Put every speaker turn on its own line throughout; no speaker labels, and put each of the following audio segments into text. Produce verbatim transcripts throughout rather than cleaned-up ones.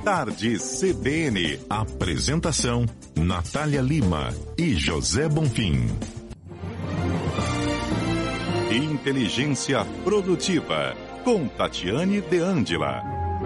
Tarde C B N. Apresentação: Natália Lima e José Bonfim. Inteligência Produtiva, com Tatiane De Angela.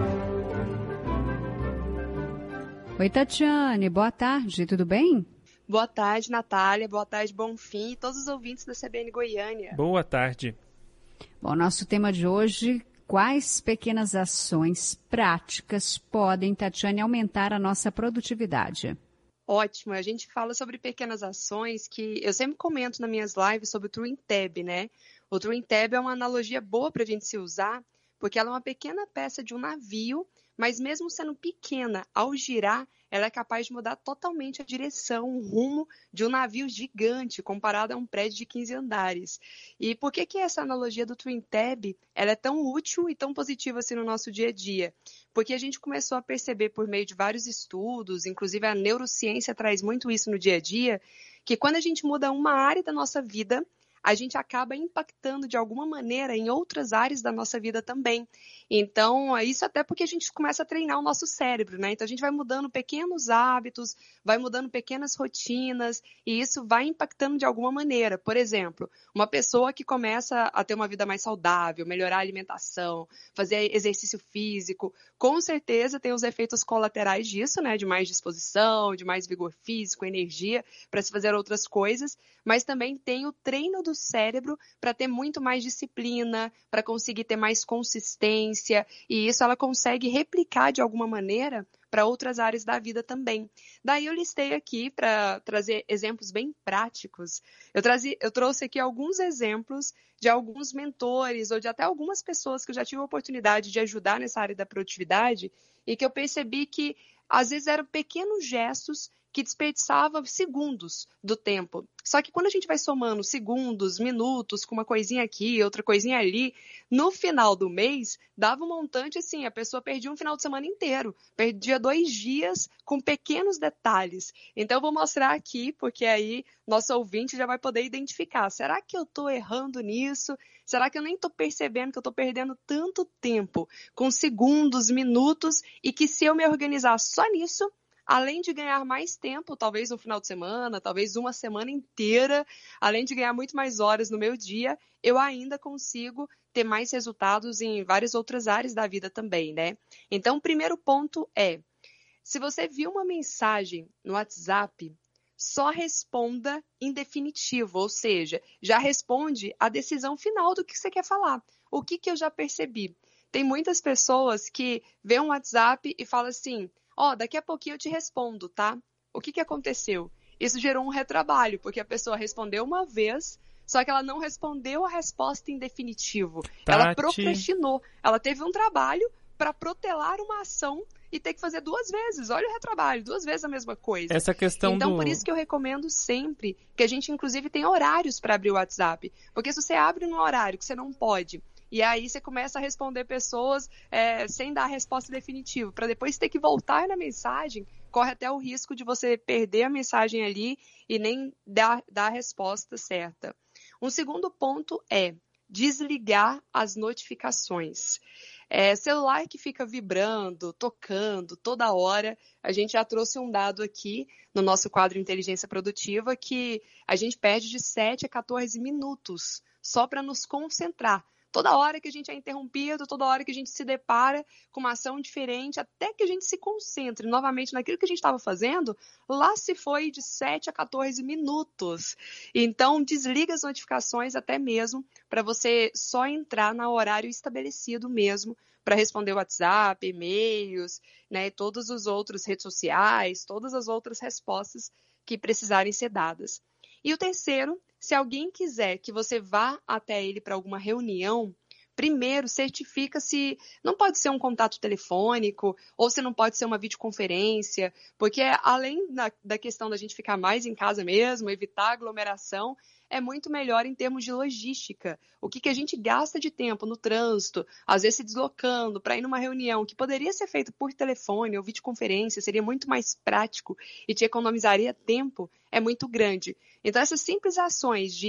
Oi, Tatiane, boa tarde, tudo bem?
Boa tarde, Natália, boa tarde, Bonfim e todos os ouvintes da C B N Goiânia.
Boa tarde.
Bom, nosso tema de hoje: quais pequenas ações práticas podem, Tatiane, aumentar a nossa produtividade?
Ótimo, a gente fala sobre pequenas ações que eu sempre comento nas minhas lives sobre o Twin Tab, né? O Twin Tab é uma analogia boa para a gente se usar, porque ela é uma pequena peça de um navio, mas mesmo sendo pequena, ao girar, ela é capaz de mudar totalmente a direção, o rumo de um navio gigante, comparado a um prédio de quinze andares. E por que que essa analogia do Twin Tab ela é tão útil e tão positiva assim no nosso dia a dia? Porque a gente começou a perceber por meio de vários estudos, inclusive a neurociência traz muito isso no dia a dia, que quando a gente muda uma área da nossa vida, a gente acaba impactando de alguma maneira em outras áreas da nossa vida também. Então, isso até porque a gente começa a treinar o nosso cérebro, né? Então, a gente vai mudando pequenos hábitos, vai mudando pequenas rotinas, e isso vai impactando de alguma maneira. Por exemplo, uma pessoa que começa a ter uma vida mais saudável, melhorar a alimentação, fazer exercício físico, com certeza tem os efeitos colaterais disso, né? De mais disposição, de mais vigor físico, energia para se fazer outras coisas, mas também tem o treino do cérebro para ter muito mais disciplina, para conseguir ter mais consistência, e isso ela consegue replicar de alguma maneira para outras áreas da vida também. Daí eu listei aqui para trazer exemplos bem práticos. Eu, trazi, eu trouxe aqui alguns exemplos de alguns mentores ou de até algumas pessoas que eu já tive a oportunidade de ajudar nessa área da produtividade e que eu percebi que às vezes eram pequenos gestos que desperdiçava segundos do tempo. Só que quando a gente vai somando segundos, minutos, com uma coisinha aqui, outra coisinha ali, no final do mês, dava um montante assim, a pessoa perdia um final de semana inteiro, perdia dois dias com pequenos detalhes. Então eu vou mostrar aqui, porque aí nosso ouvinte já vai poder identificar. Será que eu estou errando nisso? Será que eu nem estou percebendo que eu estou perdendo tanto tempo com segundos, minutos, e que se eu me organizar só nisso, além de ganhar mais tempo, talvez no final de semana, talvez uma semana inteira, além de ganhar muito mais horas no meu dia, eu ainda consigo ter mais resultados em várias outras áreas da vida também, né? Então, o primeiro ponto é, se você viu uma mensagem no WhatsApp, só responda em definitivo, ou seja, já responde a decisão final do que você quer falar. O que que eu já percebi? Tem muitas pessoas que vêem um WhatsApp e falam assim: ó, oh, daqui a pouquinho eu te respondo, tá? O que que aconteceu? Isso gerou um retrabalho, porque a pessoa respondeu uma vez, só que ela não respondeu a resposta em definitivo. Tati. Ela procrastinou. Ela teve um trabalho para protelar uma ação e ter que fazer duas vezes. Olha o retrabalho, duas vezes a mesma coisa.
Essa questão
então,
do...
por isso que eu recomendo sempre que a gente, inclusive, tenha horários para abrir o WhatsApp. Porque se você abre num horário que você não pode, e aí você começa a responder pessoas é, sem dar a resposta definitiva, para depois ter que voltar na mensagem, corre até o risco de você perder a mensagem ali e nem dar, dar a resposta certa. Um segundo ponto é desligar as notificações. É, celular que fica vibrando, tocando toda hora, a gente já trouxe um dado aqui no nosso quadro Inteligência Produtiva que a gente perde de sete a quatorze minutos só para nos concentrar. Toda hora que a gente é interrompido, toda hora que a gente se depara com uma ação diferente, até que a gente se concentre novamente naquilo que a gente estava fazendo, lá se foi de sete a quatorze minutos. Então, desliga as notificações até mesmo para você só entrar no horário estabelecido mesmo para responder o WhatsApp, e-mails, né, todos os outros redes sociais, todas as outras respostas que precisarem ser dadas. E o terceiro, se alguém quiser que você vá até ele para alguma reunião, primeiro certifica se não pode ser um contato telefônico ou se não pode ser uma videoconferência, porque além da, da questão da gente ficar mais em casa mesmo, evitar aglomeração, é muito melhor em termos de logística. O que, que a gente gasta de tempo no trânsito, às vezes se deslocando para ir numa reunião que poderia ser feita por telefone ou videoconferência, seria muito mais prático e te economizaria tempo, é muito grande. Então, essas simples ações de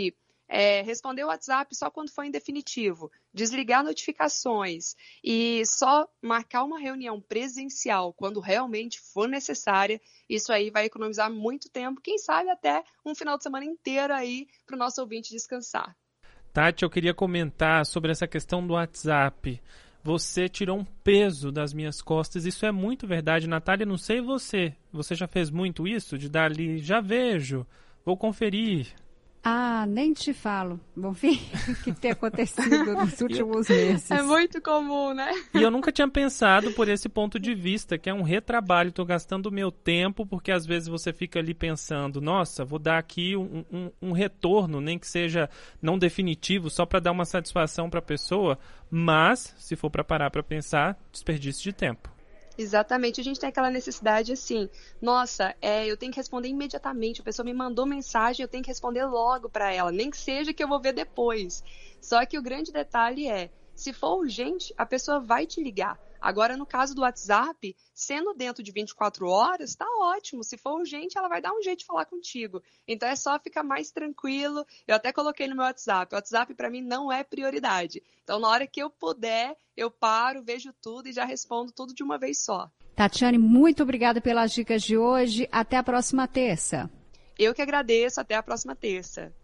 É, responder o WhatsApp só quando for em definitivo, desligar notificações e só marcar uma reunião presencial quando realmente for necessária, isso aí vai economizar muito tempo, quem sabe até um final de semana inteiro aí para o nosso ouvinte descansar.
Tati, eu queria comentar sobre essa questão do WhatsApp. Você tirou um peso das minhas costas, isso é muito verdade. Natália, não sei você, você já fez muito isso? De dar ali, já vejo, vou conferir.
Ah, nem te falo. Bom, enfim, o que tem acontecido nos últimos meses.
É muito comum, né?
E eu nunca tinha pensado por esse ponto de vista, que é um retrabalho. Estou gastando o meu tempo, porque às vezes você fica ali pensando, nossa, vou dar aqui um, um, um retorno, nem que seja não definitivo, só para dar uma satisfação para a pessoa. Mas, se for para parar para pensar, desperdício de tempo.
Exatamente, a gente tem aquela necessidade assim, nossa, é, eu tenho que responder imediatamente, a pessoa me mandou mensagem, eu tenho que responder logo para ela, nem que seja que eu vou ver depois. Só que o grande detalhe é, se for urgente, a pessoa vai te ligar. Agora, no caso do WhatsApp, sendo dentro de vinte e quatro horas, tá ótimo. Se for urgente, ela vai dar um jeito de falar contigo. Então, é só ficar mais tranquilo. Eu até coloquei no meu WhatsApp. O WhatsApp, para mim, não é prioridade. Então, na hora que eu puder, eu paro, vejo tudo e já respondo tudo de uma vez só.
Tatiane, muito obrigada pelas dicas de hoje. Até a próxima terça.
Eu que agradeço. Até a próxima terça.